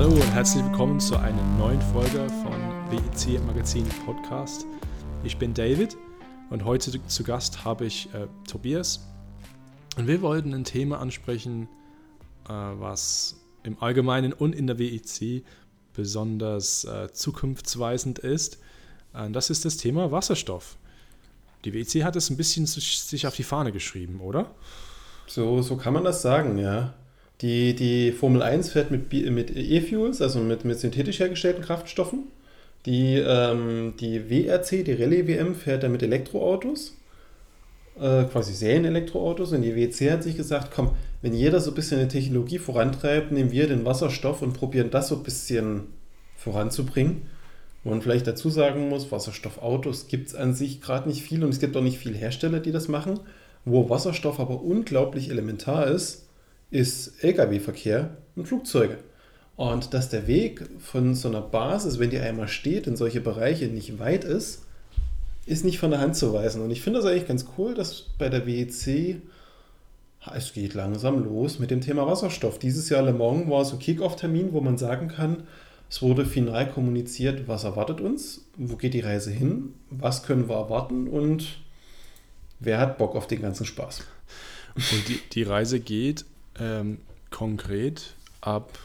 Hallo und herzlich willkommen zu einer neuen Folge von WEC Magazin Podcast. Ich bin David und heute zu Gast habe ich Tobias. Und wir wollten ein Thema ansprechen, was im Allgemeinen und in der WEC besonders zukunftsweisend ist. Das ist das Thema Wasserstoff. Die WEC hat es ein bisschen sich auf die Fahne geschrieben, oder? So kann man das sagen, ja. Die Formel 1 fährt mit E-Fuels, also mit synthetisch hergestellten Kraftstoffen. Die WRC, die Rallye-WM, fährt dann mit Elektroautos, quasi Serien-Elektroautos. Und die WEC hat sich gesagt, komm, wenn jeder so ein bisschen die Technologie vorantreibt, nehmen wir den Wasserstoff und probieren das so ein bisschen voranzubringen. Wo man vielleicht dazu sagen muss, Wasserstoffautos gibt es an sich gerade nicht viel und es gibt auch nicht viele Hersteller, die das machen. Wo Wasserstoff aber unglaublich elementar ist Lkw-Verkehr und Flugzeuge. Und dass der Weg von so einer Basis, wenn die einmal steht, in solche Bereiche nicht weit ist nicht von der Hand zu weisen. Und ich finde das eigentlich ganz cool, dass bei der WEC es geht langsam los mit dem Thema Wasserstoff. Dieses Jahr Le Mans war so ein Kick-Off-Termin, wo man sagen kann, es wurde final kommuniziert, was erwartet uns, wo geht die Reise hin, was können wir erwarten und wer hat Bock auf den ganzen Spaß. Und die Reise geht konkret ab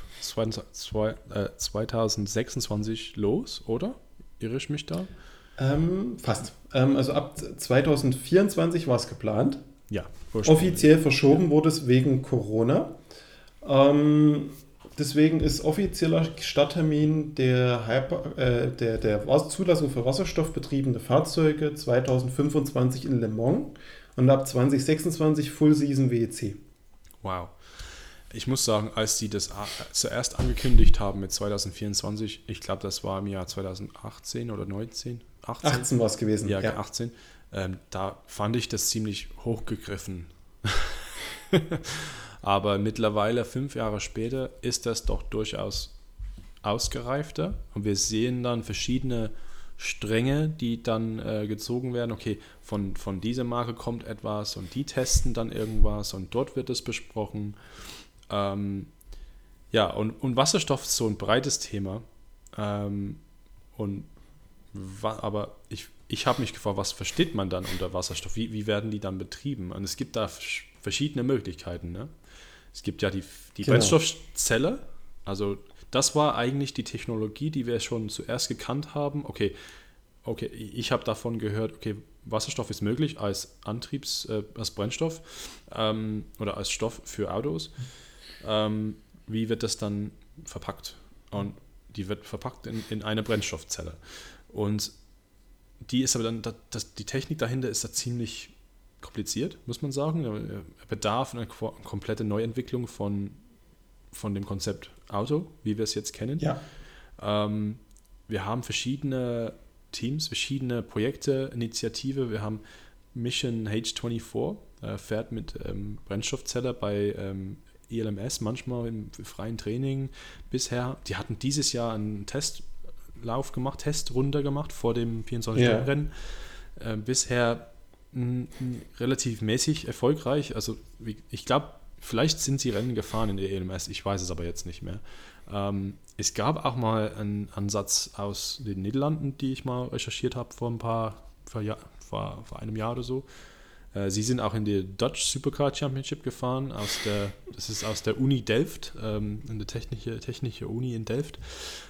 2026 los, oder? Irre ich mich da? Fast. Also ab 2024 war es geplant. Ja. Offiziell verschoben wurde es wegen Corona. Deswegen ist offizieller Starttermin der Zulassung für wasserstoffbetriebene Fahrzeuge 2025 in Le Mans und ab 2026 Full Season WEC. Wow. Ich muss sagen, als die das zuerst angekündigt haben mit 2024, ich glaube, das war im Jahr 2018 oder 19? 18 war es gewesen. Ja, 18. Da fand ich das ziemlich hochgegriffen. Aber mittlerweile, 5 Jahre später, ist das doch durchaus ausgereifter. Und wir sehen dann verschiedene Stränge, die dann gezogen werden. Okay, von dieser Marke kommt etwas und die testen dann irgendwas und dort wird es besprochen. Und Wasserstoff ist so ein breites Thema. Aber ich habe mich gefragt, was versteht man dann unter Wasserstoff? Wie werden die dann betrieben? Und es gibt da verschiedene Möglichkeiten. Ne? Es gibt ja die Genau. Brennstoffzelle. Also das war eigentlich die Technologie, die wir schon zuerst gekannt haben. Okay, ich habe davon gehört, okay, Wasserstoff ist möglich als als Brennstoff oder als Stoff für Autos. Wie wird das dann verpackt? Und die wird verpackt in eine Brennstoffzelle. Und die ist aber dann, die Technik dahinter ist da ziemlich kompliziert, muss man sagen. Er bedarf einer komplette Neuentwicklung von dem Konzept Auto, wie wir es jetzt kennen. Ja. Wir haben verschiedene Teams, verschiedene Projekte, Initiative. Wir haben Mission H24, fährt mit Brennstoffzelle bei ELMS, manchmal im freien Training bisher. Die hatten dieses Jahr einen Testrunde gemacht vor dem 24-Stunden-Rennen. Bisher relativ mäßig erfolgreich. Also ich glaube, vielleicht sind sie Rennen gefahren in der ELMS, ich weiß es aber jetzt nicht mehr. Es gab auch mal einen Ansatz aus den Niederlanden, die ich mal recherchiert habe vor einem Jahr oder so. Sie sind auch in die Dutch Supercar Championship gefahren, das ist aus der Uni Delft, eine technische Uni in Delft.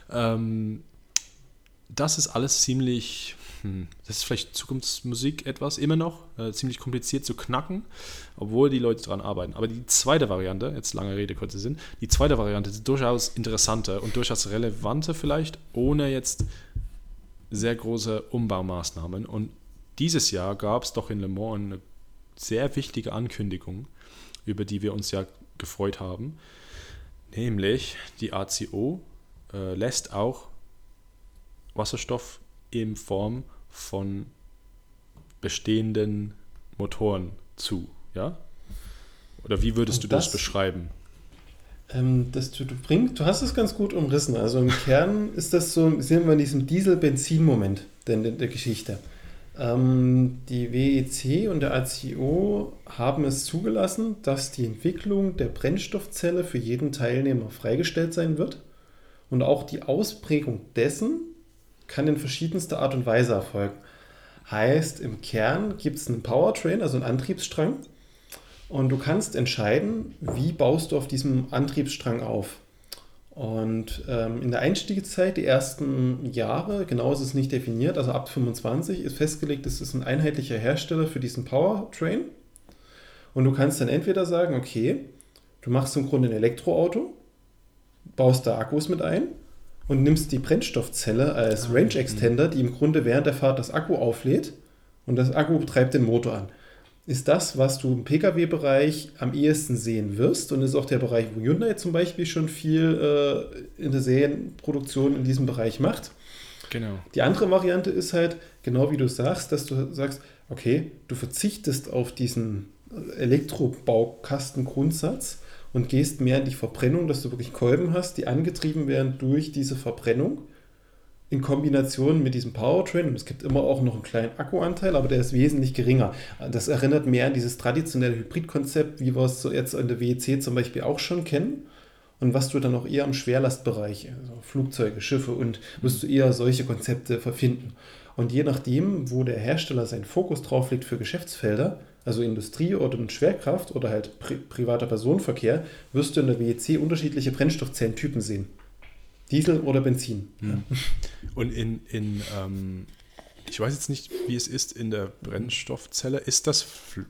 Das ist alles ziemlich, das ist vielleicht Zukunftsmusik etwas, immer noch, ziemlich kompliziert zu knacken, obwohl die Leute daran arbeiten. Aber die zweite Variante, jetzt lange Rede, kurzer Sinn, die zweite Variante ist durchaus interessanter und durchaus relevanter vielleicht, ohne jetzt sehr große Umbaumaßnahmen. Und dieses Jahr gab es doch in Le Mans eine sehr wichtige Ankündigung, über die wir uns ja gefreut haben, nämlich die ACO lässt auch Wasserstoff in Form von bestehenden Motoren zu, ja? Oder wie würdest du das beschreiben? Du hast es ganz gut umrissen. Also im Kern ist das so, sind wir in diesem Diesel-Benzin-Moment der Geschichte. Die WEC und der ACO haben es zugelassen, dass die Entwicklung der Brennstoffzelle für jeden Teilnehmer freigestellt sein wird. Und auch die Ausprägung dessen kann in verschiedenster Art und Weise erfolgen. Heißt, im Kern gibt es einen Powertrain, also einen Antriebsstrang. Und du kannst entscheiden, wie baust du auf diesem Antriebsstrang auf. Und in der Einstiegszeit, die ersten Jahre, genau ist es nicht definiert, also ab 25 ist festgelegt, es ist ein einheitlicher Hersteller für diesen Powertrain. Und du kannst dann entweder sagen, okay, du machst im Grunde ein Elektroauto, baust da Akkus mit ein und nimmst die Brennstoffzelle als Range Extender, die im Grunde während der Fahrt das Akku auflädt und das Akku treibt den Motor an. Ist das, was du im Pkw-Bereich am ehesten sehen wirst und ist auch der Bereich, wo Hyundai zum Beispiel schon viel in der Serienproduktion in diesem Bereich macht. Genau. Die andere Variante ist halt, genau wie du sagst, dass du sagst, okay, du verzichtest auf diesen Elektrobaukastengrundsatz und gehst mehr in die Verbrennung, dass du wirklich Kolben hast, die angetrieben werden durch diese Verbrennung in Kombination mit diesem Powertrain. Und es gibt immer auch noch einen kleinen Akkuanteil, aber der ist wesentlich geringer. Das erinnert mehr an dieses traditionelle Hybridkonzept, wie wir es so jetzt in der WEC zum Beispiel auch schon kennen. Und was du dann auch eher im Schwerlastbereich, also Flugzeuge, Schiffe und wirst du eher solche Konzepte finden. Und je nachdem, wo der Hersteller seinen Fokus drauf legt für Geschäftsfelder, also Industrie oder Schwerkraft oder halt privater Personenverkehr, wirst du in der WEC unterschiedliche Brennstoffzellentypen sehen. Diesel oder Benzin. Mhm. Ja. Und ich weiß jetzt nicht, wie es ist in der Brennstoffzelle. Ist das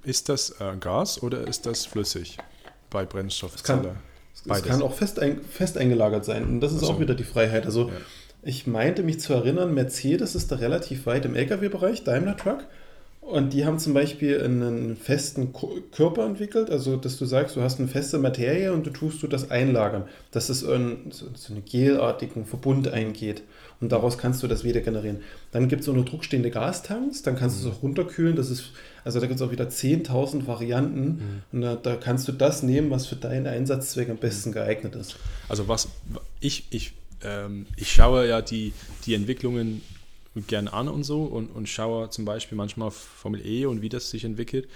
Gas oder ist das flüssig bei Brennstoffzelle? Es kann auch fest eingelagert sein. Und das ist auch wieder die Freiheit. Also ja. Ich meinte mich zu erinnern, Mercedes ist da relativ weit im LKW-Bereich, Daimler Truck. Und die haben zum Beispiel einen festen Körper entwickelt, also dass du sagst, du hast eine feste Materie und du tust das einlagern, dass es so einen gelartigen Verbund eingeht und daraus kannst du das wieder generieren. Dann gibt es unter Druck stehende Gastanks, dann kannst du es auch runterkühlen, da gibt es auch wieder 10.000 Varianten und da kannst du das nehmen, was für deinen Einsatzzweck am besten geeignet ist. Also ich schaue ja die Entwicklungen gerne an und so und schaue zum Beispiel manchmal Formel E und wie das sich entwickelt.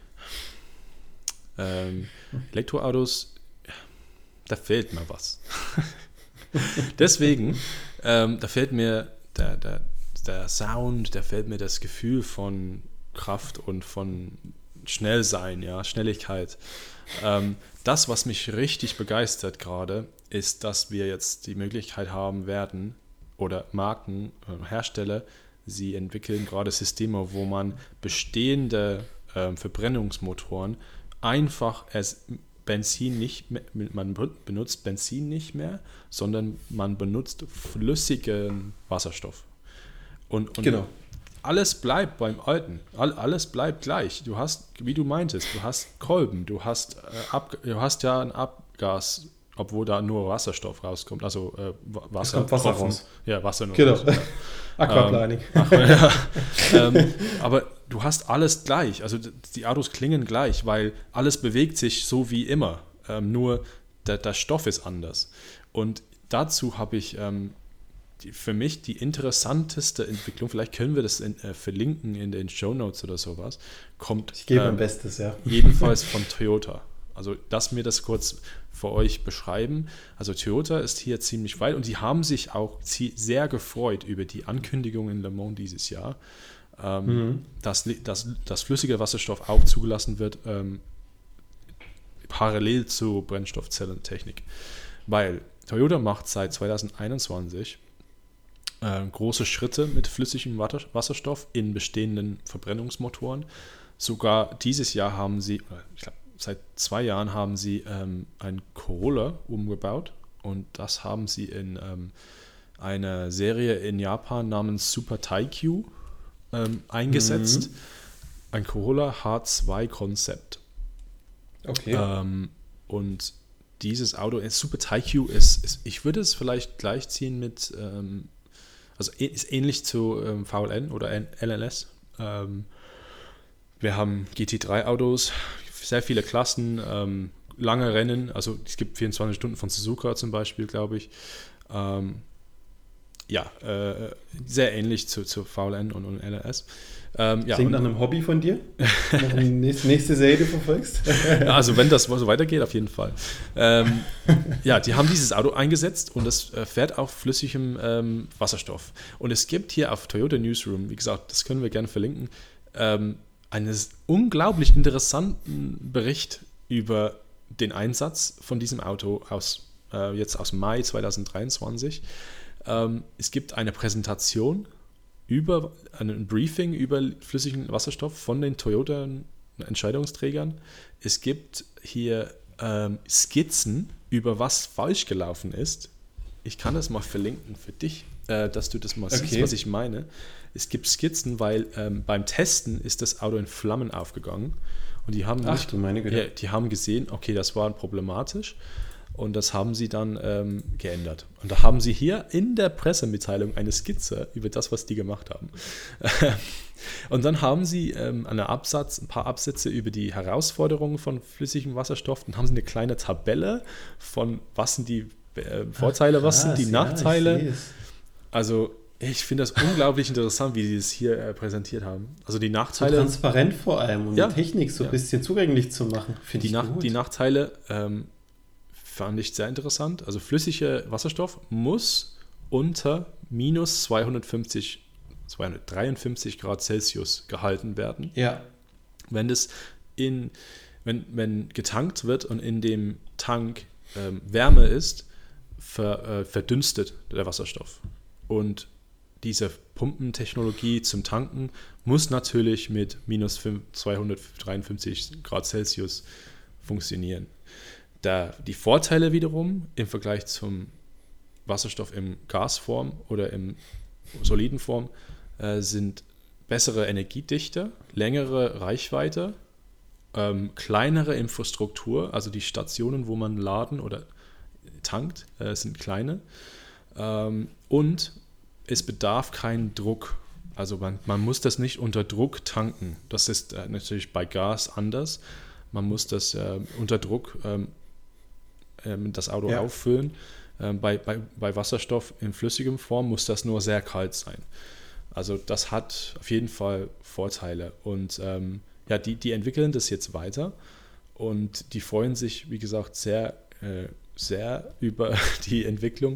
Elektroautos, da fehlt mir was. Deswegen, da fehlt mir der Sound, da fehlt mir das Gefühl von Kraft und von Schnellsein, ja, Schnelligkeit. Das, was mich richtig begeistert gerade, ist, dass wir jetzt die Möglichkeit haben werden, oder Marken, Hersteller, sie entwickeln gerade Systeme, wo man bestehende Verbrennungsmotoren einfach man benutzt Benzin nicht mehr, sondern man benutzt flüssigen Wasserstoff. Und genau. Alles bleibt beim Alten, alles bleibt gleich. Du hast, wie du meintest, du hast Kolben, du hast ja ein Abgas, obwohl da nur Wasserstoff rauskommt, also Wasser. Es kommt Wasser raus. Ja, Wasser nur. Genau. Aquaplaning. Aber du hast alles gleich. Also die Autos klingen gleich, weil alles bewegt sich so wie immer. Nur der Stoff ist anders. Und dazu habe ich für mich die interessanteste Entwicklung, vielleicht können wir das verlinken in den Shownotes oder sowas, kommt. Ich gebe mein Bestes, ja. Jedenfalls von Toyota. Also, dass wir das kurz für euch beschreiben. Also, Toyota ist hier ziemlich weit und die haben sich auch sehr gefreut über die Ankündigung in Le Mans dieses Jahr, dass flüssiger Wasserstoff auch zugelassen wird, parallel zur Brennstoffzellentechnik. Weil Toyota macht seit 2021 große Schritte mit flüssigem Wasserstoff in bestehenden Verbrennungsmotoren. Sogar dieses Jahr haben sie, ich glaube, seit 2 Jahren haben sie ein Corolla umgebaut und das haben sie in einer Serie in Japan namens Super Taikyu eingesetzt. Ein Corolla H2 Concept. Okay. Und dieses Auto, Super Taikyu ist, ich würde es vielleicht gleichziehen mit, also ist ähnlich zu VLN oder LLS. Wir haben GT3-Autos, sehr viele Klassen, lange Rennen, also es gibt 24 Stunden von Suzuka zum Beispiel, glaube ich. Ja, sehr ähnlich zu VLN und LRS. Klingt nach einem Hobby von dir? Noch eine nächste Serie, die du verfolgst? Also wenn das so weitergeht, auf jeden Fall. Ja, die haben dieses Auto eingesetzt und das fährt auf flüssigem Wasserstoff. Und es gibt hier auf Toyota Newsroom, wie gesagt, das können wir gerne verlinken, einen unglaublich interessanten Bericht über den Einsatz von diesem Auto jetzt aus Mai 2023. Es gibt eine Präsentation ein Briefing über flüssigen Wasserstoff von den Toyota-Entscheidungsträgern. Es gibt hier Skizzen über was falsch gelaufen ist. Ich kann das mal verlinken für dich, dass du das mal siehst, was ich meine. Es gibt Skizzen, weil beim Testen ist das Auto in Flammen aufgegangen und die haben, die haben gesehen, okay, das war problematisch. Und das haben sie dann geändert. Und da haben sie hier in der Pressemitteilung eine Skizze über das, was die gemacht haben. Und dann haben sie ein paar Absätze über die Herausforderungen von flüssigem Wasserstoff. Dann haben sie eine kleine Tabelle von, was sind die Vorteile, was sind die Nachteile. Also ich finde das unglaublich interessant, wie sie es hier präsentiert haben. Also die Nachteile... So transparent vor allem, um die Technik so ein bisschen zugänglich zu machen. Finde ich gut. Die Nachteile... fand ich sehr interessant. Also flüssiger Wasserstoff muss unter minus 253 Grad Celsius gehalten werden. Ja. Wenn getankt wird und in dem Tank Wärme ist, verdünstet der Wasserstoff. Und diese Pumpentechnologie zum Tanken muss natürlich mit minus 253 Grad Celsius funktionieren. Die Vorteile wiederum im Vergleich zum Wasserstoff in Gasform oder in soliden Form sind bessere Energiedichte, längere Reichweite, kleinere Infrastruktur, also die Stationen, wo man laden oder tankt, sind kleine und es bedarf keinen Druck. Also man muss das nicht unter Druck tanken. Das ist natürlich bei Gas anders. Man muss das unter Druck das Auto auffüllen. Bei Wasserstoff in flüssigem Form muss das nur sehr kalt sein. Also das hat auf jeden Fall Vorteile. Und die entwickeln das jetzt weiter und die freuen sich, wie gesagt, sehr, sehr über die Entwicklung.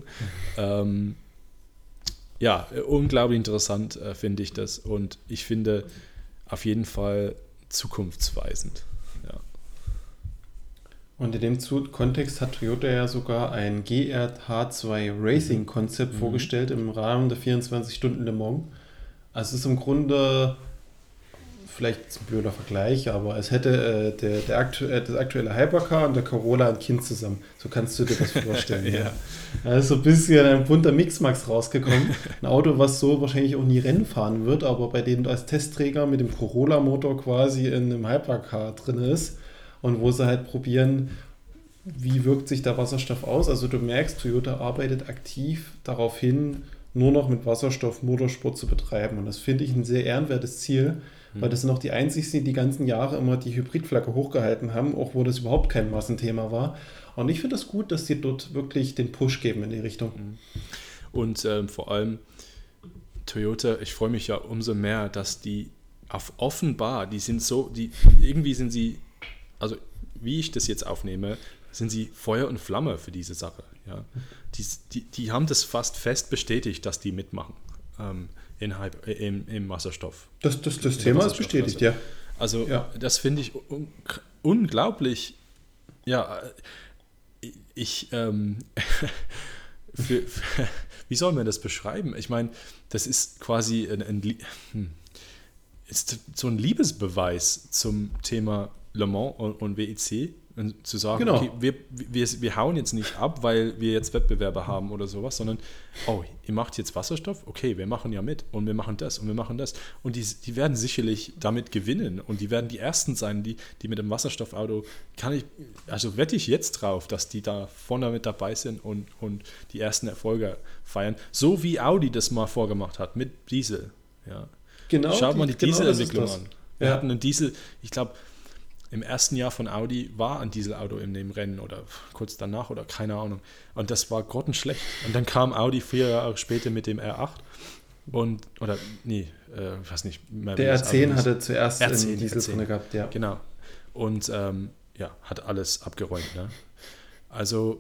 Unglaublich interessant finde ich das und ich finde auf jeden Fall zukunftsweisend. Ja. Und in dem Kontext hat Toyota ja sogar ein GR-H2 Racing-Konzept vorgestellt im Rahmen der 24 Stunden Le Mans. Also es ist im Grunde vielleicht ein blöder Vergleich, aber es hätte das aktuelle Hypercar und der Corolla ein Kind zusammen. So kannst du dir das vorstellen. Ja. Da ist so ein bisschen ein bunter Mixmax rausgekommen. Ein Auto, was so wahrscheinlich auch nie Rennen fahren wird, aber bei denen du als Testträger mit dem Corolla-Motor quasi in einem Hypercar drin ist. Und wo sie halt probieren, wie wirkt sich der Wasserstoff aus. Also du merkst, Toyota arbeitet aktiv darauf hin, nur noch mit Wasserstoff Motorsport zu betreiben. Und das finde ich ein sehr ehrenwertes Ziel, weil das sind auch die einzigen, die die ganzen Jahre immer die Hybridflagge hochgehalten haben, auch wo das überhaupt kein Massenthema war. Und ich finde das gut, dass die dort wirklich den Push geben in die Richtung. Und vor allem Toyota, ich freue mich ja umso mehr, dass die offenbar, irgendwie sind sie, also wie ich das jetzt aufnehme, sind sie Feuer und Flamme für diese Sache. Ja. Die haben das fast fest bestätigt, dass die mitmachen im Wasserstoff. Das Thema ist bestätigt, ja. Also das finde ich unglaublich, wie soll man das beschreiben? Ich meine, das ist quasi ist so ein Liebesbeweis zum Thema Le Mans und WEC, und zu sagen, okay, wir hauen jetzt nicht ab, weil wir jetzt Wettbewerbe haben oder sowas, sondern, ihr macht jetzt Wasserstoff? Okay, wir machen ja mit und wir machen das und wir machen das. Und die werden sicherlich damit gewinnen und die werden die Ersten sein, die mit dem Wasserstoffauto, wette ich jetzt drauf, dass die da vorne mit dabei sind und die ersten Erfolge feiern. So wie Audi das mal vorgemacht hat mit Diesel. Ja. Genau. Schaut mal die Dieselentwicklung an. Wir hatten einen Diesel, ich glaube, im ersten Jahr von Audi war ein Dieselauto in dem Rennen oder kurz danach oder keine Ahnung. Und das war grottenschlecht. Und dann kam Audi 4 Jahre später mit dem R8 ich weiß nicht mehr. Der R10 hatte zuerst R10, einen Diesel drin gehabt, ja. Genau. Und hat alles abgeräumt. Ne? Also,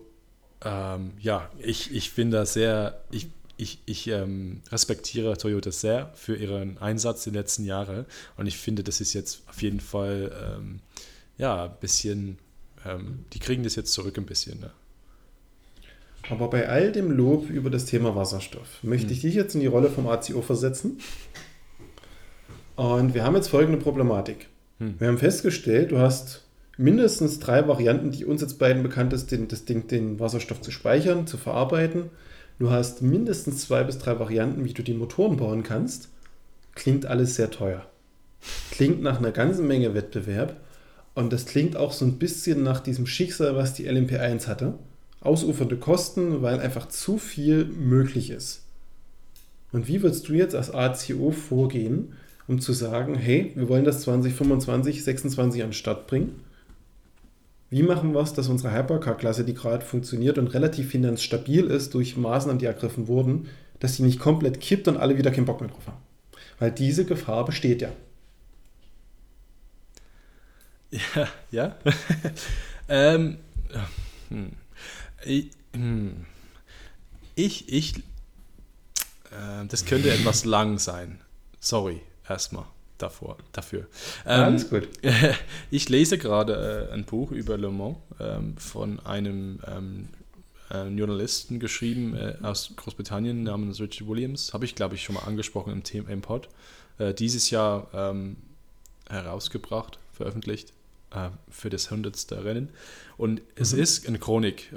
ich bin da sehr, ich respektiere Toyota sehr für ihren Einsatz die letzten Jahre und ich finde, das ist jetzt auf jeden Fall ein bisschen, die kriegen das jetzt zurück ein bisschen. Ne? Aber bei all dem Lob über das Thema Wasserstoff möchte ich dich jetzt in die Rolle vom ACO versetzen. Und wir haben jetzt folgende Problematik. Wir haben festgestellt, du hast mindestens 3 Varianten, die uns jetzt beiden bekannt ist, den Wasserstoff zu speichern, zu verarbeiten. Du hast mindestens 2 bis 3 Varianten, wie du die Motoren bauen kannst. Klingt alles sehr teuer. Klingt nach einer ganzen Menge Wettbewerb. Und das klingt auch so ein bisschen nach diesem Schicksal, was die LMP1 hatte. Ausufernde Kosten, weil einfach zu viel möglich ist. Und wie würdest du jetzt als ACO vorgehen, um zu sagen, hey, wir wollen das 2025, 2026 an den Start bringen? Wie machen wir es, dass unsere Hypercar-Klasse, die gerade funktioniert und relativ finanzstabil ist durch Maßnahmen, die ergriffen wurden, dass die nicht komplett kippt und alle wieder keinen Bock mehr drauf haben? Weil diese Gefahr besteht ja. Ja. Das könnte etwas lang sein. Sorry, erstmal dafür. Alles gut. Ich lese gerade ein Buch über Le Mans von einem Journalisten geschrieben aus Großbritannien namens Richard Williams. Habe ich, glaube ich, schon mal angesprochen im Pod. Dieses Jahr herausgebracht, veröffentlicht für das 100. Rennen. Und es ist eine Chronik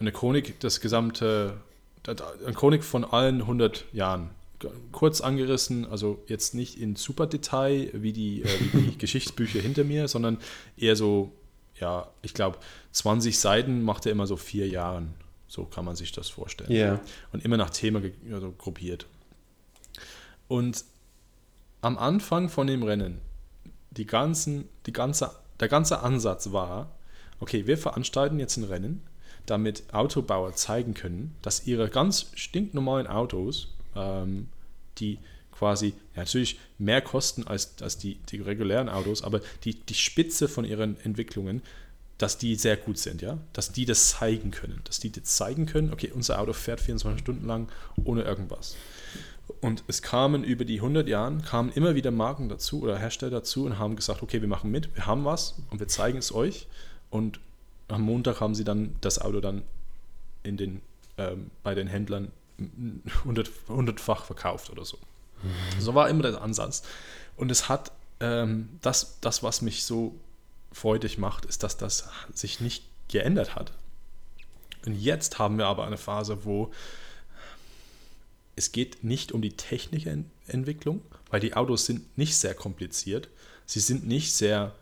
von allen 100 Jahren. Kurz angerissen, also jetzt nicht in super Detail wie die Geschichtsbücher hinter mir, sondern eher so, ich glaube, 20 Seiten macht er immer so 4 Jahren. So kann man sich das vorstellen. Yeah. Und immer nach Thema gruppiert. Und am Anfang von dem Rennen, der ganze Ansatz war, okay, wir veranstalten jetzt ein Rennen, damit Autobauer zeigen können, dass ihre ganz stinknormalen Autos, die quasi natürlich mehr kosten als die regulären Autos, aber die Spitze von ihren Entwicklungen, dass die sehr gut sind, ja, dass die das zeigen können, okay, unser Auto fährt 24 Stunden lang ohne irgendwas. Und es kamen über die 100 Jahren, immer wieder Marken dazu oder Hersteller dazu und haben gesagt, okay, wir machen mit, wir haben was und wir zeigen es euch. Und am Montag haben sie dann das Auto dann bei den Händlern 100-fach verkauft oder so. So war immer der Ansatz. Und es hat das, was mich so freudig macht, ist, dass das sich nicht geändert hat. Und jetzt haben wir aber eine Phase, wo es geht nicht um die technische Entwicklung, weil die Autos sind nicht sehr kompliziert. Sie sind nicht sehr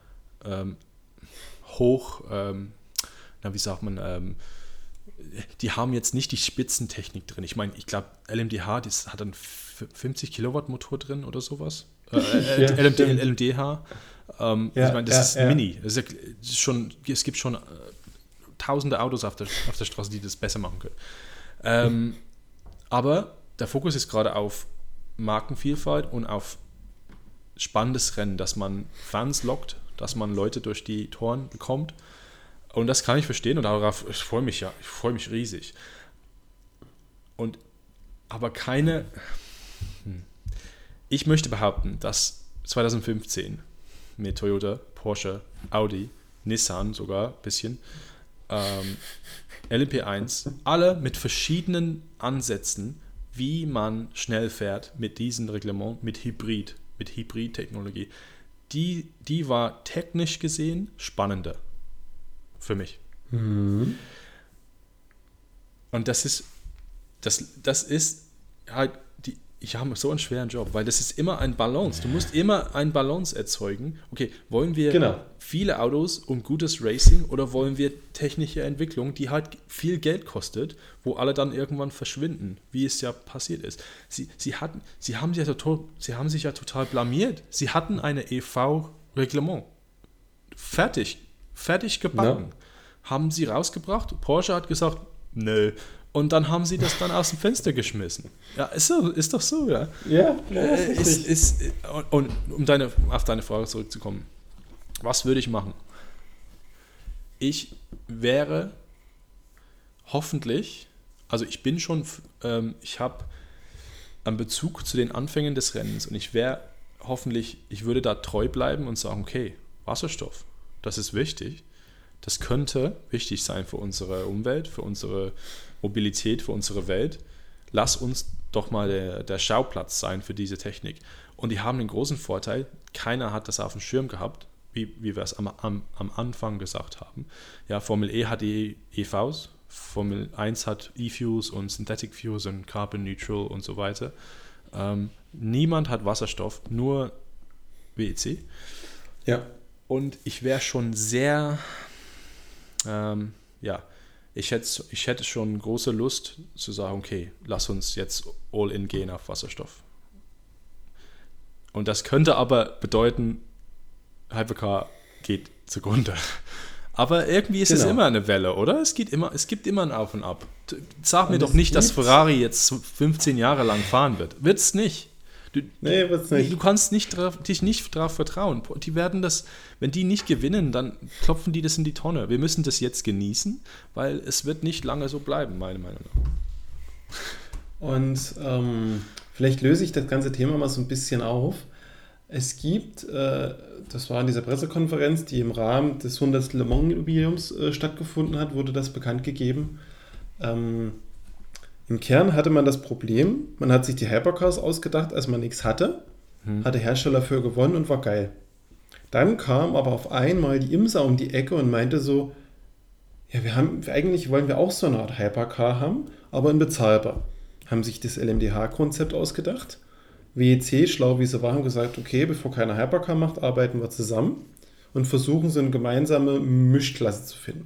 hoch, wie sagt man, die haben jetzt nicht die Spitzentechnik drin. Ich meine, ich glaube, LMDH, das hat einen 50 Kilowatt Motor drin oder sowas. LMDH. Ich meine, das ist Mini. Das ist schon, es gibt schon tausende Autos auf der Straße, die das besser machen können. Aber der Fokus ist gerade auf Markenvielfalt und auf spannendes Rennen, dass man Fans lockt, dass man Leute durch die Toren bekommt. Und das kann ich verstehen und darauf ich freue mich riesig. Aber ich möchte behaupten, dass 2015 mit Toyota, Porsche, Audi, Nissan sogar ein bisschen, LMP1, alle mit verschiedenen Ansätzen, wie man schnell fährt mit diesem Reglement, mit Hybrid-Technologie, die war technisch gesehen spannender für mich. Mhm. Und das ist halt, ich habe so einen schweren Job, weil das ist immer ein Balance. Du musst immer ein Balance erzeugen. Okay, wollen wir viele Autos und gutes Racing oder wollen wir technische Entwicklung, die halt viel Geld kostet, wo alle dann irgendwann verschwinden, wie es ja passiert ist. Sie haben sich ja total blamiert. Sie hatten eine EV-Reglement. Fertig. fertig gebacken. Ja. Haben sie rausgebracht. Porsche hat gesagt, nö. Und dann haben sie das dann aus dem Fenster geschmissen. Ja, ist doch so, ja. Ja, und um auf deine Frage zurückzukommen. Was würde ich machen? Ich wäre hoffentlich, also ich bin schon, ich habe einen Bezug zu den Anfängen des Rennens und ich würde da treu bleiben und sagen, okay, Wasserstoff, das ist wichtig. Das könnte wichtig sein für unsere Umwelt, für unsere Mobilität, für unsere Welt. Lass uns doch mal der Schauplatz sein für diese Technik. Und die haben den großen Vorteil, keiner hat das auf dem Schirm gehabt, wie wir es am Anfang gesagt haben. Ja, Formel E hat die EVs, Formel 1 hat E-Fuels und Synthetic Fuels und Carbon Neutral und so weiter. Niemand hat Wasserstoff, nur WEC. Ja. Und ich wäre schon sehr, ich hätte schon große Lust zu sagen, okay, lass uns jetzt all in gehen auf Wasserstoff. Und das könnte aber bedeuten, Hypercar geht zugrunde. Aber irgendwie ist es immer eine Welle, oder? Es gibt immer ein Auf und Ab. Sag mir doch nicht, dass Ferrari jetzt 15 Jahre lang fahren wird. Wird's nicht. Wird's nicht. Du kannst dich nicht darauf vertrauen. Die werden das, wenn die nicht gewinnen, dann klopfen die das in die Tonne. Wir müssen das jetzt genießen, weil es wird nicht lange so bleiben, meiner Meinung nach. Und vielleicht löse ich das ganze Thema mal so ein bisschen auf. Es gibt, das war in dieser Pressekonferenz, die im Rahmen des 100. Le Mans-Jubiläums stattgefunden hat, wurde das bekannt gegeben. Im Kern hatte man das Problem, man hat sich die Hypercars ausgedacht, als man nichts hatte, hatte Hersteller für gewonnen und war geil. Dann kam aber auf einmal die IMSA um die Ecke und meinte so, ja, eigentlich wollen wir auch so eine Art Hypercar haben, aber in bezahlbar. Haben sich das LMDH-Konzept ausgedacht. WEC, schlau wie sie waren, gesagt, okay, bevor keiner Hypercar macht, arbeiten wir zusammen und versuchen so eine gemeinsame Mischklasse zu finden.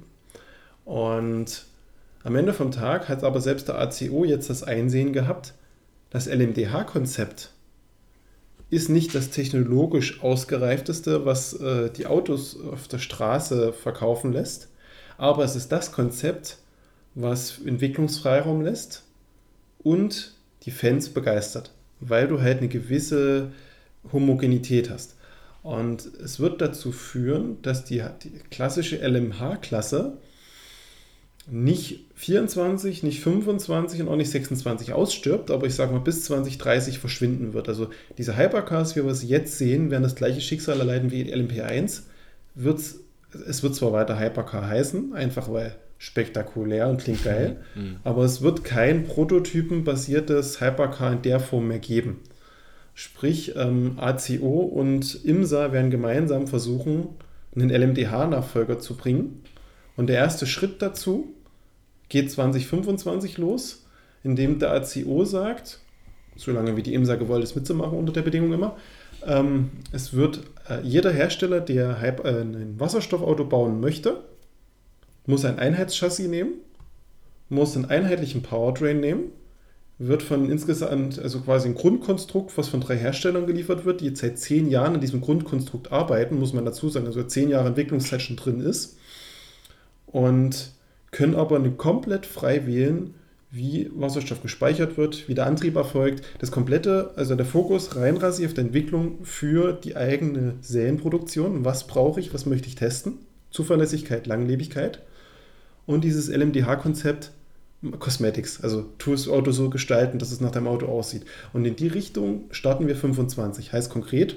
Und am Ende vom Tag hat aber selbst der ACO jetzt das Einsehen gehabt, das LMDH-Konzept ist nicht das technologisch ausgereifteste, was die Autos auf der Straße verkaufen lässt, aber es ist das Konzept, was Entwicklungsfreiraum lässt und die Fans begeistert, weil du halt eine gewisse Homogenität hast. Und es wird dazu führen, dass die klassische LMH-Klasse nicht 24, nicht 25 und auch nicht 26 ausstirbt, aber ich sage mal bis 2030 verschwinden wird. Also diese Hypercars, wie wir sie jetzt sehen, werden das gleiche Schicksal erleiden wie die LMP1. Es wird zwar weiter Hypercar heißen, einfach weil spektakulär und klingt geil, aber es wird kein prototypenbasiertes Hypercar in der Form mehr geben. Sprich, ACO und IMSA werden gemeinsam versuchen, einen LMDH-Nachfolger zu bringen. Und der erste Schritt dazu geht 2025 los, indem der ACO sagt, solange wie die IMSA gewollt ist mitzumachen unter der Bedingung immer, es wird jeder Hersteller, der ein Wasserstoffauto bauen möchte, muss ein Einheitschassis nehmen, muss einen einheitlichen Powertrain nehmen, wird von insgesamt, also quasi ein Grundkonstrukt, was von 3 Herstellern geliefert wird, die jetzt seit 10 Jahren an diesem Grundkonstrukt arbeiten, muss man dazu sagen, also 10 Jahre Entwicklungszeit schon drin ist, und können aber komplett frei wählen, wie Wasserstoff gespeichert wird, wie der Antrieb erfolgt. Das komplette, also der Fokus rein rasiert auf der Entwicklung für die eigene Serienproduktion. Was brauche ich, was möchte ich testen? Zuverlässigkeit, Langlebigkeit. Und dieses LMDH-Konzept Cosmetics, also tu das Auto so gestalten, dass es nach deinem Auto aussieht. Und in die Richtung starten wir 25. Heißt konkret,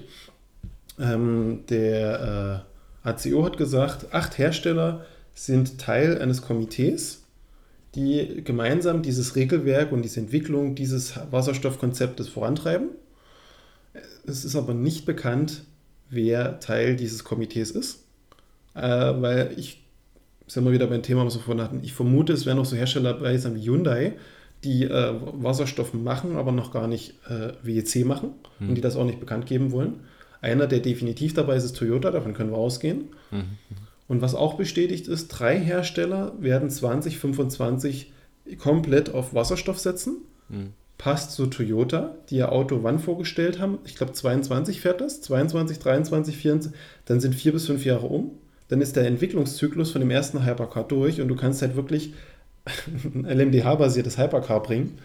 der ACO hat gesagt, 8 Hersteller sind Teil eines Komitees, die gemeinsam dieses Regelwerk und diese Entwicklung dieses Wasserstoffkonzeptes vorantreiben. Es ist aber nicht bekannt, wer Teil dieses Komitees ist, weil sind wir wieder beim Thema, was wir vorhin hatten, ich vermute, es werden auch so Hersteller dabei sein wie Hyundai, die Wasserstoff machen, aber noch gar nicht WEC machen und die das auch nicht bekannt geben wollen. Einer, der definitiv dabei ist, ist Toyota, davon können wir ausgehen. Und was auch bestätigt ist, 3 Hersteller werden 2025 komplett auf Wasserstoff setzen. Passt zu Toyota, die ihr Auto wann vorgestellt haben? Ich glaube 22 fährt das, 22, 23, 24, dann sind 4 bis 5 Jahre um. dann ist der Entwicklungszyklus von dem ersten Hypercar durch und du kannst halt wirklich ein LMDH-basiertes Hypercar bringen.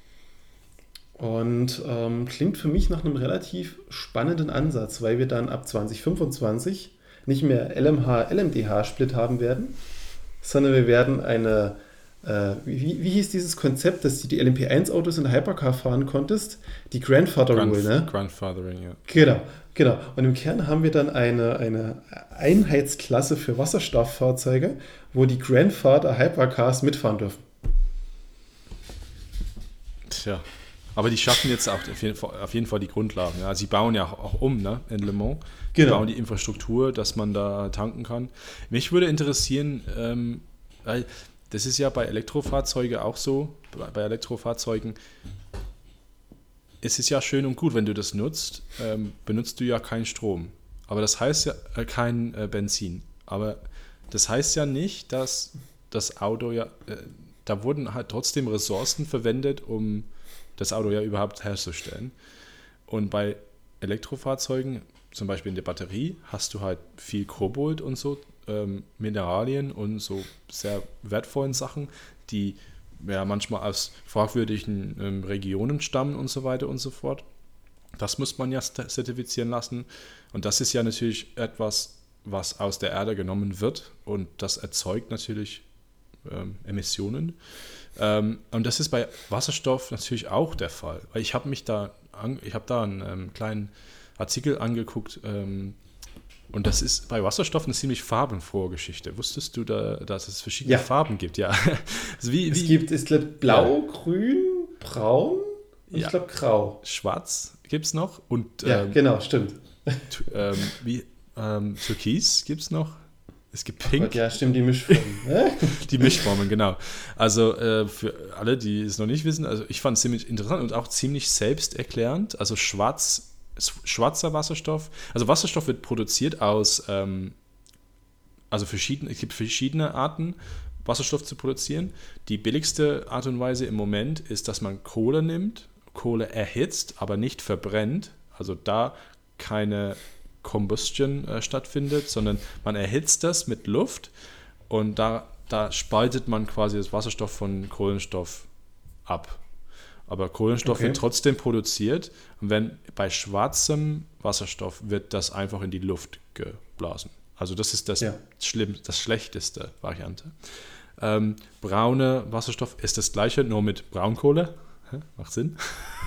Und klingt für mich nach einem relativ spannenden Ansatz, weil wir dann ab 2025 nicht mehr LMH-LMDH-Split haben werden, sondern wir werden eine, wie hieß dieses Konzept, dass du die LMP1-Autos in Hypercar fahren konntest? Die Grandfather Rule, ne? Grandfathering, ja. Genau. Und im Kern haben wir dann eine Einheitsklasse für Wasserstofffahrzeuge, wo die Grandfather Hypercars mitfahren dürfen. Tja. Aber die schaffen jetzt auch auf jeden Fall die Grundlagen. Ja. Sie bauen ja auch um, ne, in Le Mans. Die bauen die Infrastruktur, dass man da tanken kann. Mich würde interessieren, weil das ist ja bei Elektrofahrzeugen auch so, bei Elektrofahrzeugen es ist ja schön und gut, wenn du das nutzt, benutzt du ja keinen Strom. Aber das heißt ja kein Benzin. Aber das heißt ja nicht, dass das Auto ja, da wurden halt trotzdem Ressourcen verwendet, um das Auto ja überhaupt herzustellen. Und bei Elektrofahrzeugen, zum Beispiel in der Batterie, hast du halt viel Kobold und so, Mineralien und so sehr wertvollen Sachen, die ja manchmal aus fragwürdigen Regionen stammen und so weiter und so fort. Das muss man ja zertifizieren lassen. Und das ist ja natürlich etwas, was aus der Erde genommen wird und das erzeugt natürlich Emissionen. Und das ist bei Wasserstoff natürlich auch der Fall. Weil ich habe da einen kleinen Artikel angeguckt und das ist bei Wasserstoff eine ziemlich farbenfrohe Geschichte. Wusstest du, dass es verschiedene Farben gibt? Ja. Also es gibt blau, grün, braun und ich glaube grau. Schwarz gibt es noch. Und, genau, stimmt. Türkis gibt es noch. Es gibt Pink. Gott, ja, stimmt, die Mischformen. Die Mischformen, genau. Also für alle, die es noch nicht wissen, also ich fand es ziemlich interessant und auch ziemlich selbsterklärend. Also schwarzer Wasserstoff. Also Wasserstoff wird produziert aus, es gibt verschiedene Arten, Wasserstoff zu produzieren. Die billigste Art und Weise im Moment ist, dass man Kohle nimmt, Kohle erhitzt, aber nicht verbrennt. Also da keine Combustion stattfindet, sondern man erhitzt das mit Luft und da spaltet man quasi das Wasserstoff von Kohlenstoff ab. Aber Kohlenstoff wird trotzdem produziert und bei schwarzem Wasserstoff wird das einfach in die Luft geblasen. Also das ist das schlechteste Variante. Braune Wasserstoff ist das gleiche, nur mit Braunkohle. Macht Sinn.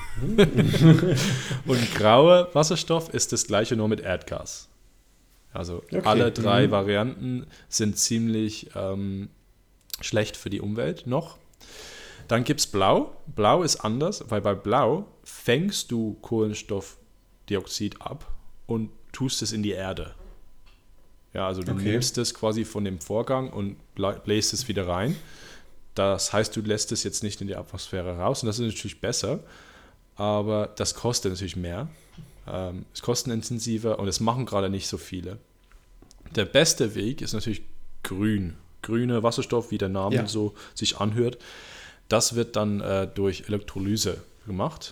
Und grauer Wasserstoff ist das gleiche, nur mit Erdgas. Also alle drei Varianten sind ziemlich schlecht für die Umwelt noch. Dann gibt es Blau. Blau ist anders, weil bei Blau fängst du Kohlenstoffdioxid ab und tust es in die Erde. Ja, also du nimmst es quasi von dem Vorgang und bläst es wieder rein. Das heißt, du lässt es jetzt nicht in die Atmosphäre raus und das ist natürlich besser, aber das kostet natürlich mehr. Es ist kostenintensiver und es machen gerade nicht so viele. Der beste Weg ist natürlich grün. Grüner Wasserstoff, wie der Name so sich anhört. Das wird dann durch Elektrolyse gemacht.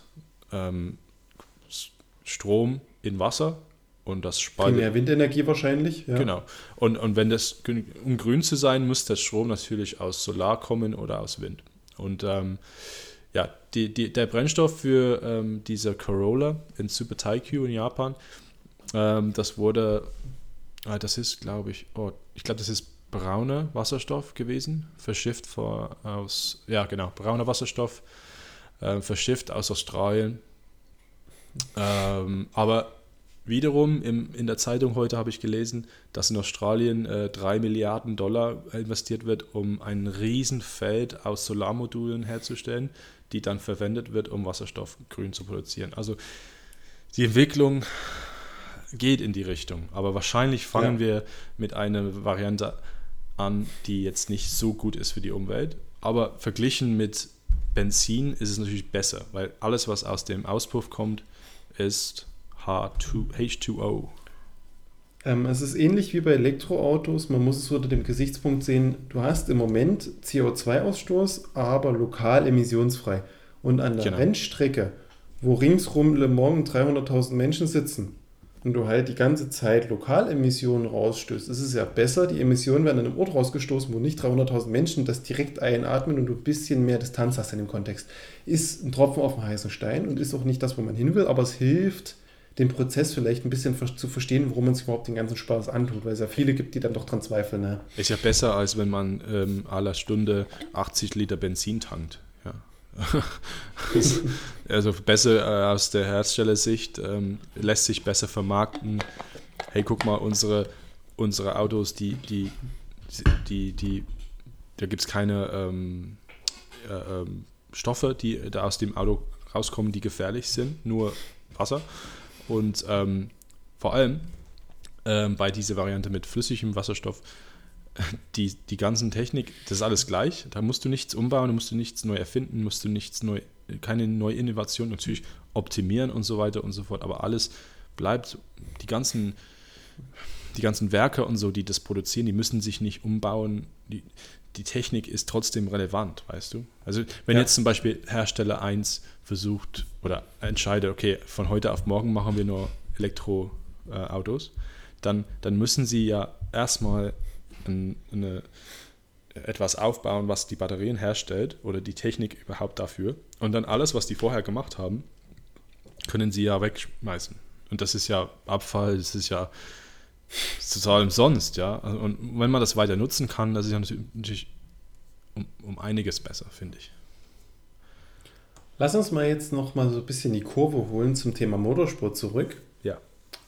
Strom in Wasser und das spaltet. Mehr Windenergie wahrscheinlich. Ja. Genau. Und wenn um grün zu sein, muss der Strom natürlich aus Solar kommen oder aus Wind. Und der Brennstoff für diese Corolla in Super Taikyu in Japan, das ist, glaube ich, das ist brauner Wasserstoff gewesen, verschifft brauner Wasserstoff, verschifft aus Australien. Aber wiederum in der Zeitung heute habe ich gelesen, dass in Australien $3 Milliarden investiert wird, um ein Riesenfeld aus Solarmodulen herzustellen, die dann verwendet wird, um Wasserstoff grün zu produzieren. Also die Entwicklung geht in die Richtung, aber wahrscheinlich fangen wir mit einer Variante an, die jetzt nicht so gut ist für die Umwelt, aber verglichen mit Benzin ist es natürlich besser, weil alles, was aus dem Auspuff kommt, ist H2O. Es ist ähnlich wie bei Elektroautos, man muss es unter dem Gesichtspunkt sehen, du hast im Moment CO2-Ausstoß, aber lokal emissionsfrei. Und an der Rennstrecke, wo ringsrum Le Mans 300.000 Menschen sitzen, und du halt die ganze Zeit Lokalemissionen rausstößt, ist es ja besser, die Emissionen werden an einem Ort rausgestoßen, wo nicht 300.000 Menschen das direkt einatmen und du ein bisschen mehr Distanz hast in dem Kontext. Ist ein Tropfen auf dem heißen Stein und ist auch nicht das, wo man hin will, aber es hilft, den Prozess vielleicht ein bisschen zu verstehen, warum man sich überhaupt den ganzen Spaß antut, weil es ja viele gibt, die dann doch dran zweifeln. Ne? Ist ja besser, als wenn man aller Stunde 80 Liter Benzin tankt. Ja. Also besser aus der Herstellersicht, lässt sich besser vermarkten. Hey, guck mal, unsere Autos, da gibt es keine Stoffe, die da aus dem Auto rauskommen, die gefährlich sind, nur Wasser. Und vor allem bei dieser Variante mit flüssigem Wasserstoff, die ganzen Technik, das ist alles gleich. Da musst du nichts umbauen, da musst du nichts neu erfinden, musst du keine neue Innovation natürlich optimieren und so weiter und so fort. Aber alles bleibt, die ganzen Werke und so, die das produzieren, die müssen sich nicht umbauen. Die Technik ist trotzdem relevant, weißt du? Also wenn jetzt zum Beispiel Hersteller 1 versucht oder entscheidet, okay, von heute auf morgen machen wir nur Elektroautos, dann müssen sie ja erstmal etwas aufbauen, was die Batterien herstellt oder die Technik überhaupt dafür. Und dann alles, was die vorher gemacht haben, können sie ja wegschmeißen. Und das ist ja Abfall, das ist ja total umsonst, ja. Und wenn man das weiter nutzen kann, das ist ja natürlich um einiges besser, finde ich. Lass uns mal jetzt noch mal so ein bisschen die Kurve holen zum Thema Motorsport zurück. Ja.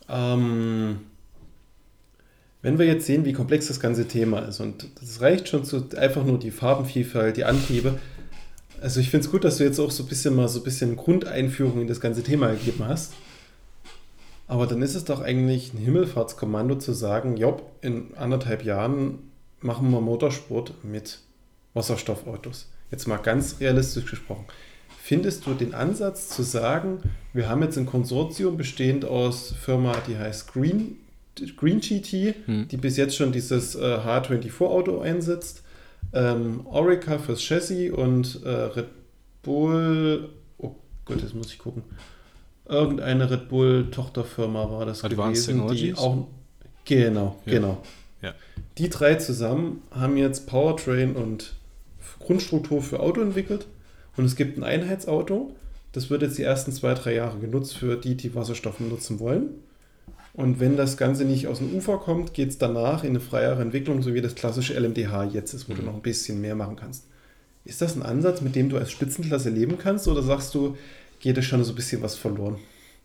Wenn wir jetzt sehen, wie komplex das ganze Thema ist, und das reicht schon zu einfach nur die Farbenvielfalt, die Antriebe. Also ich finde es gut, dass du jetzt auch so ein bisschen Grundeinführung in das ganze Thema gegeben hast. Aber dann ist es doch eigentlich ein Himmelfahrtskommando zu sagen, jopp, in 1,5 Jahren machen wir Motorsport mit Wasserstoffautos. Jetzt mal ganz realistisch gesprochen. Findest du den Ansatz zu sagen, wir haben jetzt ein Konsortium bestehend aus Firma, die heißt Green GT, die bis jetzt schon dieses H24-Auto einsetzt, Orica fürs Chassis und Red Bull, oh Gott, jetzt muss ich gucken, irgendeine Red Bull-Tochterfirma war das gewesen, die auch, genau. Ja. Die 3 zusammen haben jetzt Powertrain und Grundstruktur für Auto entwickelt und es gibt ein Einheitsauto, das wird jetzt die ersten 2-3 Jahre genutzt für die Wasserstoff nutzen wollen. Und wenn das Ganze nicht aus dem Ufer kommt, geht es danach in eine freiere Entwicklung, so wie das klassische LMDH jetzt ist, wo du noch ein bisschen mehr machen kannst. Ist das ein Ansatz, mit dem du als Spitzenklasse leben kannst, oder sagst du, geht da schon so ein bisschen was verloren?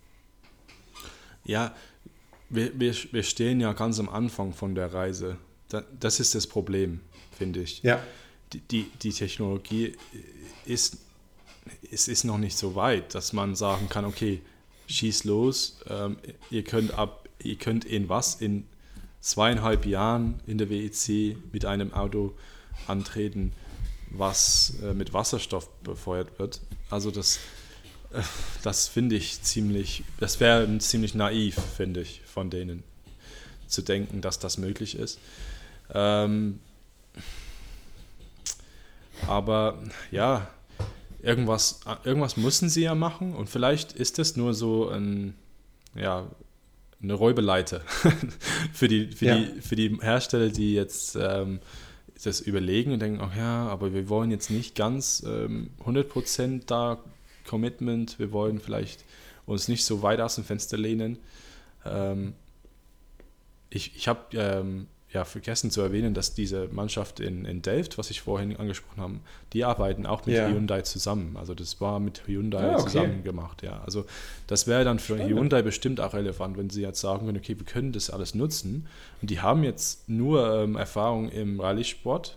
Ja, wir stehen ja ganz am Anfang von der Reise. Das ist das Problem, finde ich. Ja. Die Technologie ist noch nicht so weit, dass man sagen kann, okay, schieß los, ihr könnt in 2,5 Jahren in der WEC mit einem Auto antreten, was mit Wasserstoff befeuert wird. Also das finde ich das wäre ziemlich naiv, finde ich, von denen zu denken, dass das möglich ist. Aber ja, irgendwas müssen sie ja machen und vielleicht ist das nur so eine Räubeleiter für die Hersteller, die jetzt das überlegen und denken, ach ja, aber wir wollen jetzt nicht ganz 100% da Commitment, wir wollen vielleicht uns nicht so weit aus dem Fenster lehnen. Ich habe vergessen zu erwähnen, dass diese Mannschaft in Delft, was ich vorhin angesprochen habe, die arbeiten auch mit Hyundai zusammen. Also das war mit Hyundai zusammen gemacht. Ja. Also das wäre dann für Hyundai bestimmt auch relevant, wenn sie jetzt sagen können, okay, wir können das alles nutzen. Und die haben jetzt nur Erfahrung im Rallye-Sport.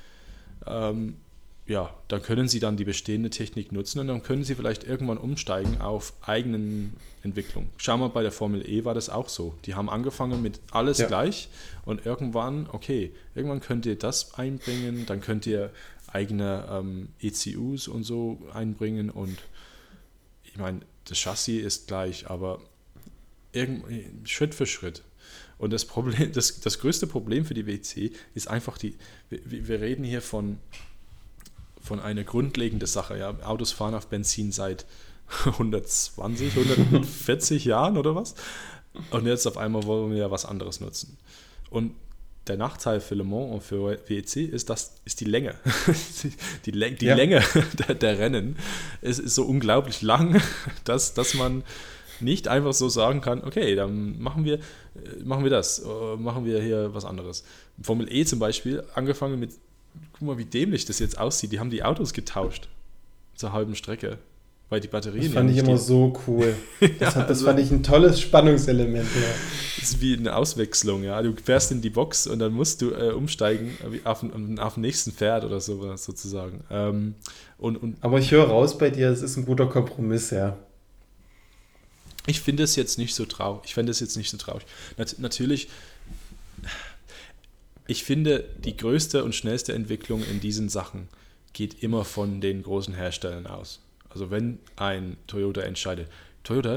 Dann können sie dann die bestehende Technik nutzen und dann können sie vielleicht irgendwann umsteigen auf eigenen Entwicklung. Schau mal, bei der Formel E war das auch so. Die haben angefangen mit alles gleich und irgendwann könnt ihr das einbringen, dann könnt ihr eigene ECUs und so einbringen und ich meine, das Chassis ist gleich, aber Schritt für Schritt. Und das größte Problem für die WEC ist einfach wir reden hier von einer grundlegenden Sache. Ja. Autos fahren auf Benzin seit 120, 140 Jahren oder was. Und jetzt auf einmal wollen wir ja was anderes nutzen. Und der Nachteil für Le Mans und für WEC ist die Länge. Die Länge der Rennen ist so unglaublich lang, dass man nicht einfach so sagen kann, okay, dann machen wir das, machen wir hier was anderes. Formel E zum Beispiel, angefangen mit, guck mal, wie dämlich das jetzt aussieht, die haben die Autos getauscht zur halben Strecke, weil die Batterien... Das fand ich immer so cool. Das fand ich ein tolles Spannungselement. Ja. Das ist wie eine Auswechslung, ja. Du fährst in die Box und dann musst du umsteigen auf den nächsten Pferd oder so sozusagen. Aber ich höre raus bei dir, es ist ein guter Kompromiss, ja. Ich finde es jetzt nicht so traurig. Natürlich, ich finde, die größte und schnellste Entwicklung in diesen Sachen geht immer von den großen Herstellern aus. Also wenn ein Toyota entscheidet, Toyota,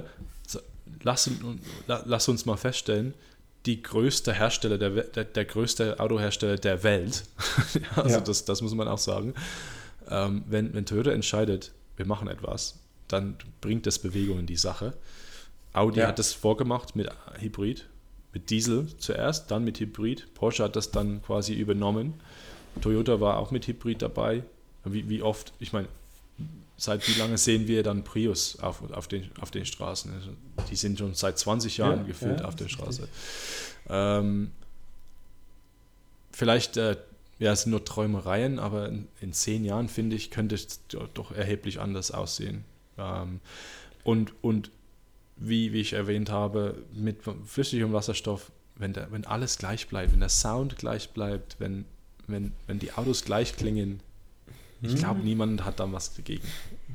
lass uns mal feststellen, die größte Hersteller, der größte Autohersteller der Welt, also ja. Das muss man auch sagen, wenn Toyota entscheidet, wir machen etwas, dann bringt das Bewegung in die Sache. Audi hat das vorgemacht mit Hybrid, mit Diesel zuerst, dann mit Hybrid. Porsche hat das dann quasi übernommen. Toyota war auch mit Hybrid dabei. Wie oft, ich meine, seit wie lange sehen wir dann Prius auf den Straßen? Also die sind schon seit 20 Jahren gefühlt auf der Straße. Vielleicht, es sind nur Träumereien, aber in 10 Jahren, finde ich, könnte es doch erheblich anders aussehen. Und wie ich erwähnt habe, mit flüssigem Wasserstoff, wenn alles gleich bleibt, wenn der Sound gleich bleibt, wenn die Autos gleich klingen, ich glaube, niemand hat da was dagegen.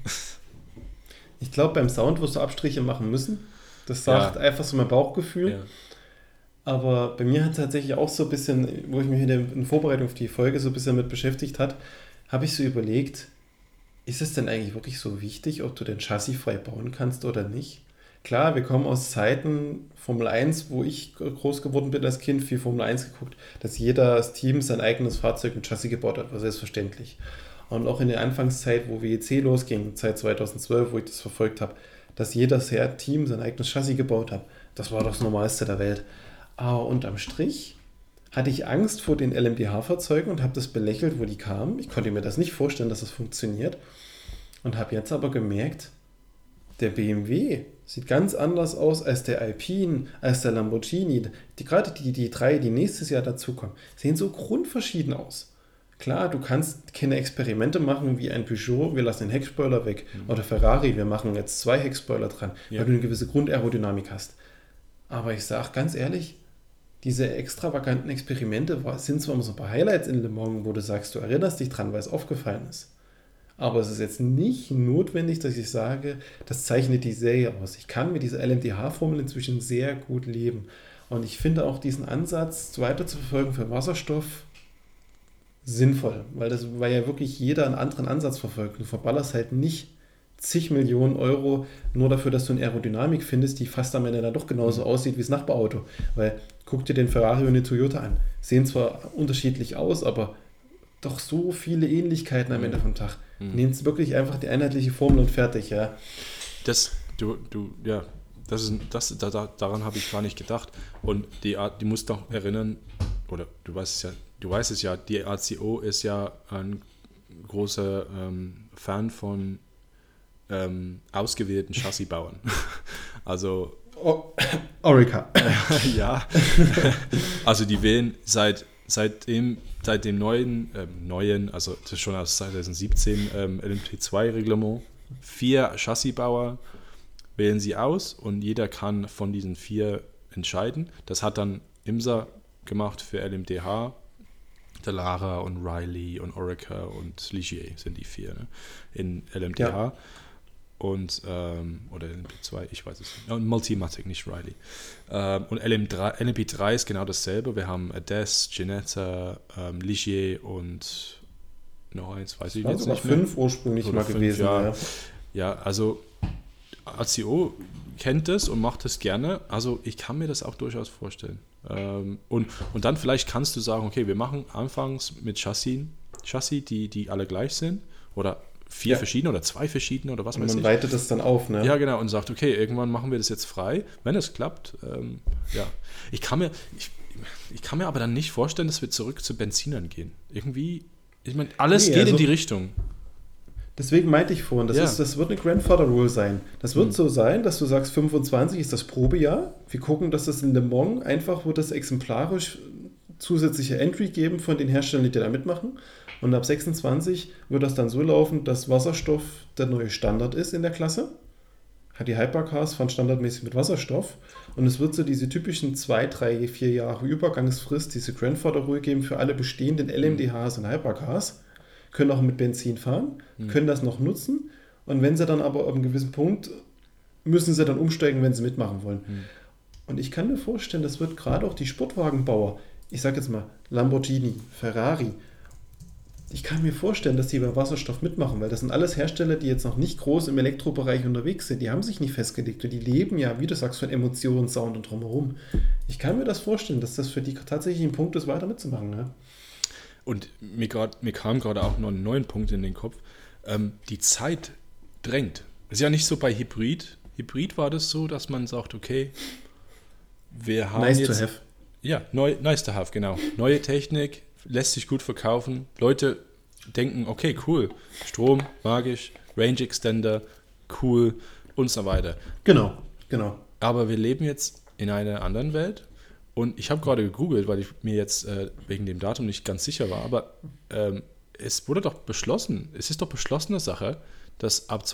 Ich glaube, beim Sound wirst du Abstriche machen müssen. Das sagt einfach so mein Bauchgefühl. Ja. Aber bei mir hat es tatsächlich auch so ein bisschen, wo ich mich in Vorbereitung auf die Folge so ein bisschen mit beschäftigt habe ich so überlegt, ist es denn eigentlich wirklich so wichtig, ob du den Chassis frei bauen kannst oder nicht? Klar, wir kommen aus Zeiten Formel 1, wo ich groß geworden bin als Kind, viel Formel 1 geguckt, dass jedes Team sein eigenes Fahrzeug mit Chassis gebaut hat, war selbstverständlich. Und auch in der Anfangszeit, wo WEC losging, seit 2012, wo ich das verfolgt habe, dass jedes Team sein eigenes Chassis gebaut hat. Das war das Normalste der Welt. Aber unterm Strich hatte ich Angst vor den LMDH-Fahrzeugen und habe das belächelt, wo die kamen. Ich konnte mir das nicht vorstellen, dass das funktioniert. Und habe jetzt aber gemerkt, der BMW sieht ganz anders aus als der Alpine, als der Lamborghini. Gerade die drei, die nächstes Jahr dazukommen, sehen so grundverschieden aus. Klar, du kannst keine Experimente machen wie ein Peugeot, wir lassen den Heckspoiler weg. Oder Ferrari, wir machen jetzt 2 Heckspoiler dran, weil du eine gewisse Grundaerodynamik hast. Aber ich sage ganz ehrlich, diese extravaganten Experimente sind zwar immer so ein paar Highlights in Le Mans, wo du sagst, du erinnerst dich dran, weil es aufgefallen ist. Aber es ist jetzt nicht notwendig, dass ich sage, das zeichnet die Serie aus. Ich kann mit dieser LMDH-Formel inzwischen sehr gut leben. Und ich finde auch diesen Ansatz weiter zu verfolgen für Wasserstoff sinnvoll, weil ja wirklich jeder einen anderen Ansatz verfolgt. Du verballerst halt nicht zig Millionen Euro nur dafür, dass du eine Aerodynamik findest, die fast am Ende dann doch genauso aussieht wie das Nachbarauto. Weil guck dir den Ferrari und den Toyota an. Sehen zwar unterschiedlich aus, aber doch so viele Ähnlichkeiten am Ende vom Tag. Nehmt wirklich einfach die einheitliche Formel und fertig, ja. Daran habe ich gar nicht gedacht. Und die musst doch erinnern, oder du weißt es ja, die ACO ist ja ein großer Fan von ausgewählten Chassisbauern. Also Orica. Ja. Also die wählen seit dem neuen, also das ist schon aus 2017 LMP2-Reglement, 4 Chassisbauer wählen sie aus und jeder kann von diesen 4 entscheiden. Das hat dann IMSA gemacht für LMDH. Dallara und Riley und Orica und Ligier sind die 4, ne? In LMDH. Ja. Und, oder LMP2, ich weiß es nicht. Und Multimatic, nicht Riley. Und LMP3 ist genau dasselbe. Wir haben Ades, Ginetta, Ligier und noch eins, weiß ich jetzt nicht mehr. 5 ursprünglich oder mal 5, gewesen. Ja, also ACO kennt das und macht das gerne. Also ich kann mir das auch durchaus vorstellen. Und dann vielleicht kannst du sagen, okay, wir machen anfangs mit Chassis, die alle gleich sind. Oder 4 verschiedene oder 2 verschiedene oder was Und weiß man ich. weitet das dann auf, ne? Ja, genau, und sagt, okay, irgendwann machen wir das jetzt frei, wenn es klappt. Ja, ich kann mir aber dann nicht vorstellen, dass wir zurück zu Benzinern gehen. Irgendwie, ich meine, alles geht in die Richtung. Deswegen meinte ich vorhin, das wird eine Grandfather Rule sein. Das wird so sein, dass du sagst, 25 ist das Probejahr. Wir gucken, dass das in Le Mans einfach wird das exemplarisch zusätzliche Entry geben von den Herstellern, die da mitmachen. Und ab 26 wird das dann so laufen, dass Wasserstoff der neue Standard ist in der Klasse. Die Hypercars fahren standardmäßig mit Wasserstoff. Und es wird so diese typischen 2, 3, 4 Jahre Übergangsfrist, diese Grandfather Rule geben für alle bestehenden LMDHs und Hypercars. Können auch mit Benzin fahren, können das noch nutzen. Und wenn sie dann aber auf einem gewissen Punkt, müssen sie dann umsteigen, wenn sie mitmachen wollen. Und ich kann mir vorstellen, das wird gerade auch die Sportwagenbauer, ich sage jetzt mal Lamborghini, Ferrari, ich kann mir vorstellen, dass die bei Wasserstoff mitmachen, weil das sind alles Hersteller, die jetzt noch nicht groß im Elektrobereich unterwegs sind. Die haben sich nicht festgelegt und die leben ja, wie du sagst, von Emotionen, Sound und drumherum. Ich kann mir das vorstellen, dass das für die tatsächlich ein Punkt ist, weiter mitzumachen. Ne? Und mir kam gerade auch noch ein neuer Punkt in den Kopf. Die Zeit drängt. Ist ja nicht so bei Hybrid. Hybrid war das so, dass man sagt, okay, wir haben nice jetzt... to have. Ja, nice to have, genau. Neue Technik, lässt sich gut verkaufen. Leute denken, okay, cool, Strom, magisch, Range Extender, cool und so weiter. Genau. Aber wir leben jetzt in einer anderen Welt und ich habe gerade gegoogelt, weil ich mir jetzt wegen dem Datum nicht ganz sicher war, aber es wurde doch beschlossen, es ist doch beschlossene Sache, dass ab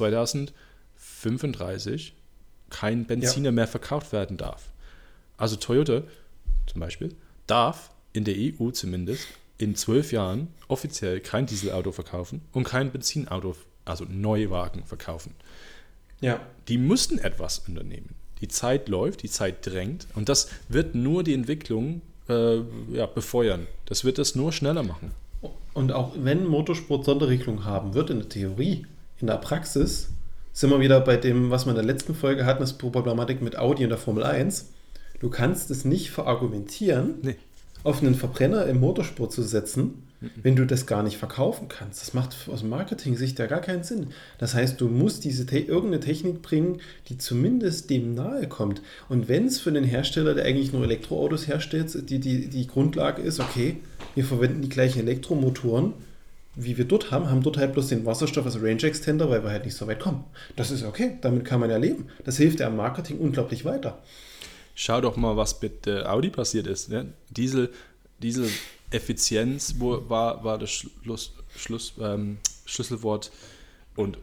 2035 kein Benziner mehr verkauft werden darf. Also Toyota zum Beispiel darf in der EU zumindest in 12 Jahren offiziell kein Dieselauto verkaufen und kein Benzinauto, also Neuwagen verkaufen. Ja. Die mussten etwas unternehmen. Die Zeit läuft, die Zeit drängt und das wird nur die Entwicklung befeuern. Das wird das nur schneller machen. Und auch wenn Motorsport Sonderregelung haben wird in der Theorie, in der Praxis sind wir wieder bei dem, was wir in der letzten Folge hatten, das Problematik mit Audi und der Formel 1. Du kannst es nicht verargumentieren, auf einen Verbrenner im Motorsport zu setzen, wenn du das gar nicht verkaufen kannst. Das macht aus Marketing-Sicht ja gar keinen Sinn. Das heißt, du musst irgendeine Technik bringen, die zumindest dem nahe kommt. Und wenn es für den Hersteller, der eigentlich nur Elektroautos herstellt, die Grundlage ist, okay, wir verwenden die gleichen Elektromotoren, wie wir dort haben dort halt bloß den Wasserstoff als Range Extender, weil wir halt nicht so weit kommen. Das ist okay, damit kann man ja leben. Das hilft ja am Marketing unglaublich weiter. Schau doch mal, was mit Audi passiert ist. Ne? Diesel-Effizienz war das Schlüsselwort und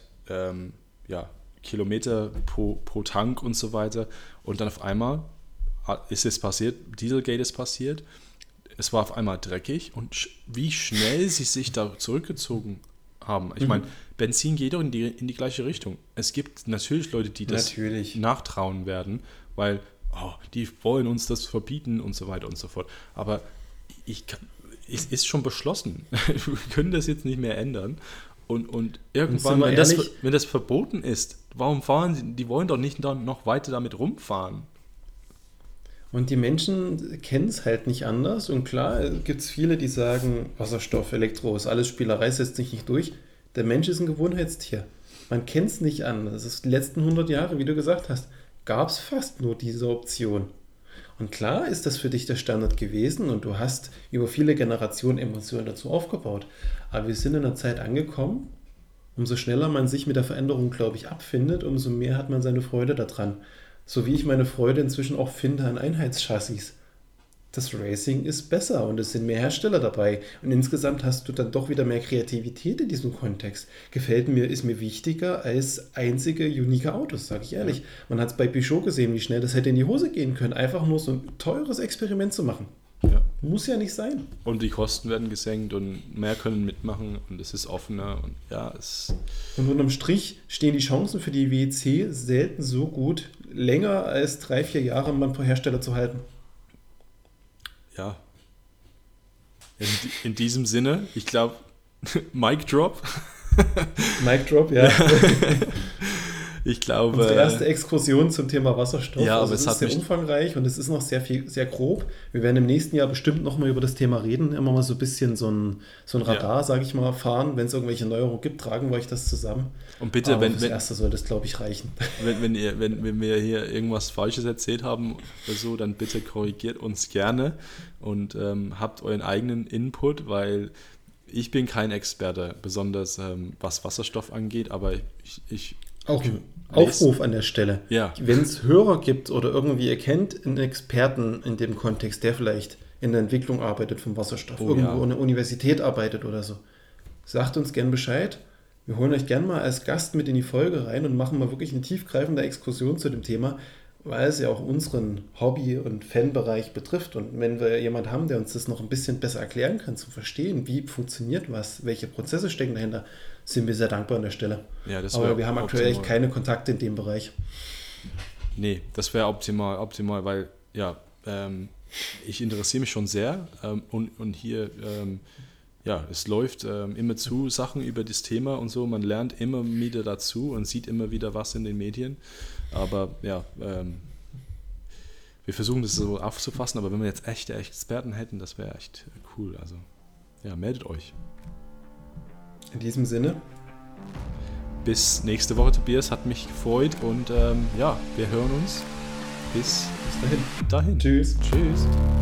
Kilometer pro Tank und so weiter. Und dann auf einmal ist es passiert, Dieselgate ist passiert. Es war auf einmal dreckig und wie schnell sie sich da zurückgezogen haben. Ich meine, Benzin geht doch in die gleiche Richtung. Es gibt natürlich Leute, die das nachtrauen werden, weil die wollen uns das verbieten und so weiter und so fort. Aber es ist schon beschlossen. Wir können das jetzt nicht mehr ändern. Und irgendwann, wenn das verboten ist, warum fahren sie? Die wollen doch nicht noch weiter damit rumfahren. Und die Menschen kennen es halt nicht anders. Und klar, gibt es viele, die sagen, Wasserstoff, Elektro, ist alles Spielerei, setzt sich nicht durch. Der Mensch ist ein Gewohnheitstier. Man kennt es nicht anders. Das ist die letzten 100 Jahre, wie du gesagt hast, gab es fast nur diese Option. Und klar ist das für dich der Standard gewesen und du hast über viele Generationen Emotionen dazu aufgebaut. Aber wir sind in einer Zeit angekommen, umso schneller man sich mit der Veränderung, glaube ich, abfindet, umso mehr hat man seine Freude daran. So wie ich meine Freude inzwischen auch finde an Einheitschassis. Das Racing ist besser und es sind mehr Hersteller dabei. Und insgesamt hast du dann doch wieder mehr Kreativität in diesem Kontext. Ist mir wichtiger als einzige unique Autos, sage ich ehrlich. Man hat es bei Peugeot gesehen, wie schnell das hätte in die Hose gehen können, einfach nur so ein teures Experiment zu machen. Ja. Muss ja nicht sein. Und die Kosten werden gesenkt und mehr können mitmachen und es ist offener. Und unterm Strich stehen die Chancen für die WEC selten so gut, länger als 3-4 Jahre man pro Hersteller zu halten. Ja. In diesem Sinne, ich glaube, Mic Drop. Mic Drop, ja. Ich glaube. Unsere erste Exkursion zum Thema Wasserstoff. Ja, also aber es es ist hat sehr mich umfangreich und es ist noch sehr grob. Wir werden im nächsten Jahr bestimmt nochmal über das Thema reden, immer mal so ein bisschen so ein Radar, sage ich mal, fahren. Wenn es irgendwelche Neuerungen gibt, tragen wir euch das zusammen. Und bitte, aber fürs Erste soll das, glaube ich, reichen. Wenn wir hier irgendwas Falsches erzählt haben oder so, dann bitte korrigiert uns gerne und habt euren eigenen Input, weil ich bin kein Experte, besonders was Wasserstoff angeht, aber ich auch ein Aufruf an der Stelle. Ja. Wenn es Hörer gibt oder irgendwie ihr kennt einen Experten in dem Kontext, der vielleicht in der Entwicklung arbeitet vom Wasserstoff, irgendwo an der Universität arbeitet oder so, sagt uns gern Bescheid. Wir holen euch gern mal als Gast mit in die Folge rein und machen mal wirklich eine tiefgreifende Exkursion zu dem Thema, weil es ja auch unseren Hobby- und Fanbereich betrifft. Und wenn wir jemanden haben, der uns das noch ein bisschen besser erklären kann, zu verstehen, wie funktioniert was, welche Prozesse stecken dahinter, sind wir sehr dankbar an der Stelle. Ja, aber wir haben aktuell echt keine Kontakte in dem Bereich. Nee, das wäre optimal, weil ja, ich interessiere mich schon sehr und hier es läuft immer zu Sachen über das Thema und so, man lernt immer wieder dazu und sieht immer wieder was in den Medien, aber ja, wir versuchen das so aufzufassen, aber wenn wir jetzt echte Experten hätten, das wäre echt cool, also ja, meldet euch. In diesem Sinne. Bis nächste Woche, Tobias, hat mich gefreut und wir hören uns bis dahin. Tschüss.